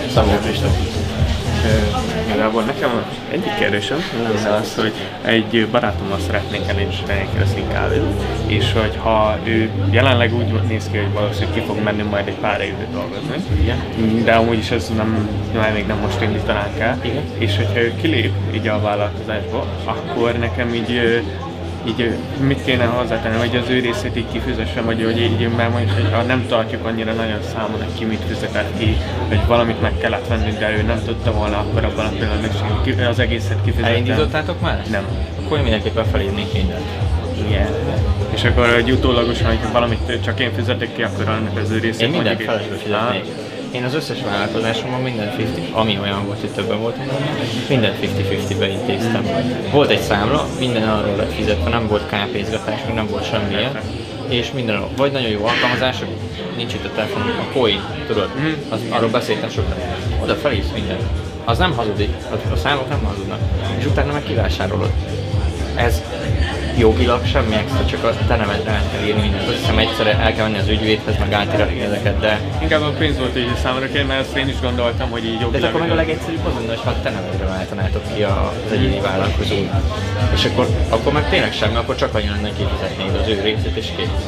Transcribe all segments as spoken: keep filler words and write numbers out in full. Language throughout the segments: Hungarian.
Szabó Kristóf. Igazából nekem egyik kérdésem lenne az, hogy egy barátommal szeretnénk elkezdeni kávét, és hogy ha ő jelenleg úgy néz ki, hogy valószínűleg ki fog menni majd egy pár évig dolgozni, igen. De amúgy is ez nem, még nem most indítanánk el, igen. És hogyha ő kilép így a vállalkozásból, akkor nekem így így mit kéne hozzátenni, hogy az ő részét így kifizessem, vagy hogy így már mondjuk, hogy ha nem tartjuk annyira nagyon számon, hogy ki mit fizetett ki, hogy valamit meg kellett venni, de ő nem tudta volna, akkor abban a pillanatban az egészet kifizettem. Elindítottátok már? Nem. Akkor mindenképpen felírnék mindent. Igen. És akkor egy utólagosan, hogyha valamit csak én fizetek ki, akkor annak az ő részét én mindent felesbe fizetnék. Én az összes vállalkozásomban minden ötven, ami olyan volt, hogy többen volt, mindent ötven ötven-be intéztem. Volt egy számla, minden arról lett fizetve, nem volt kápézgatás, nem volt semmilyen. És minden, vagy nagyon jó alkalmazás, nincs itt a telefonon, a Coin, tudod, az, arról beszéltem sokat. Oda felírsz mindent. Az nem hazudik, a számok nem hazudnak, és utána meg kivásárolod. Ez jogilag semmi extra, csak a te nevedre el kell írni mindent. Azt hiszem egyszerre el kell menni az ügyvédhez, meg átiratni ezeket, de... Inkább a pénz volt így számomra kér, mert ezt én is gondoltam, hogy így jogilag... De akkor meg a legegyszerűbb az lenne, hogy te nevedre váltanátok ki az egyéni vállalkozót. És akkor, akkor meg tényleg semmi, akkor csak annyi lenne, hogy kifizetnéd az ő részét és kész.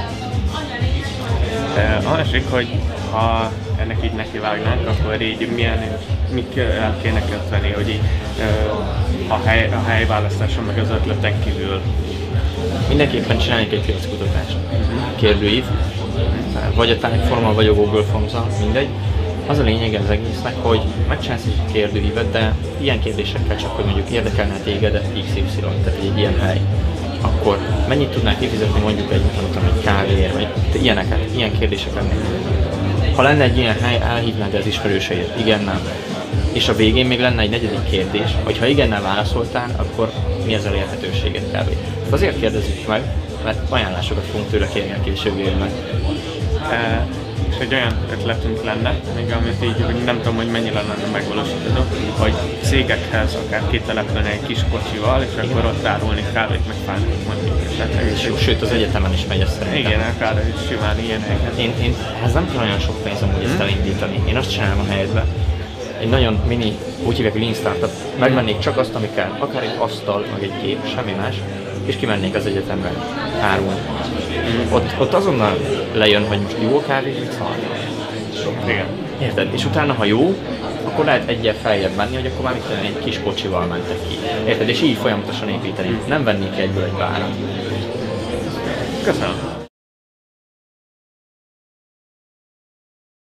A másik, hogy ha ennek így nekivágnánk, akkor így milyen, mit el kéne kezdeni, hogy így a, hely, a helyválasztáson meg az ötleten kívül. Mindenképpen csináljuk egy piackutatást. Kérdőív, vagy a Typeforma, vagy a Google Forms-al, mindegy. Az a lényeg az egésznek, hogy megcsinálsz egy kérdőívet, de ilyen kérdésekkel csak, hogy mondjuk érdekelne téged iksz ipszilon, tehát egy ilyen hely. Akkor mennyit tudnál kifizetni mondjuk egy, mondtam, egy kávéért, vagy ilyeneket, ilyen kérdések lennék. Ha lenne egy ilyen hely, elhívnád az ismerőseidet, igen, nem. És a végén még lenne egy negyedik kérdés, hogy ha igennel válaszoltál, akkor mi az elérhetőséged kb. Azért kérdezzük meg, mert ajánlásokat fogunk tőle kérni a későbbiekben. E, és egy olyan ötletünk lenne, még amit így, hogy nem tudom, hogy mennyire lenne megvalósítható, hogy cégekhez akár kitelepülni egy kis kocsival, és igen. Akkor ott árulni kávét, meg fánkot mondjuk. Sőt, az egyetemen is megy ezt szerintem. Igen, akár is simán ilyen helyeken. Én, én, ez nem kell olyan sok pénzem, hogy ezt elindítani. Én azt csinálom a helyedbe. Egy nagyon mini, úgy hívják, lean startup. Megvennék csak azt, ami kell, akár egy asztal, meg egy gép, semmi más, és kimennék az egyetemre árulni. Mm. Ott, ott azonnal lejön, hogy most jó a kávé, mit szar. Igen. Érted? És utána, ha jó, akkor lehet egyel feljebb menni, hogy akkor már mit tenni, egy kis kocsival mentek ki. Érted? És így folyamatosan építeni. Nem vennék egyből egy bárat. Köszönöm.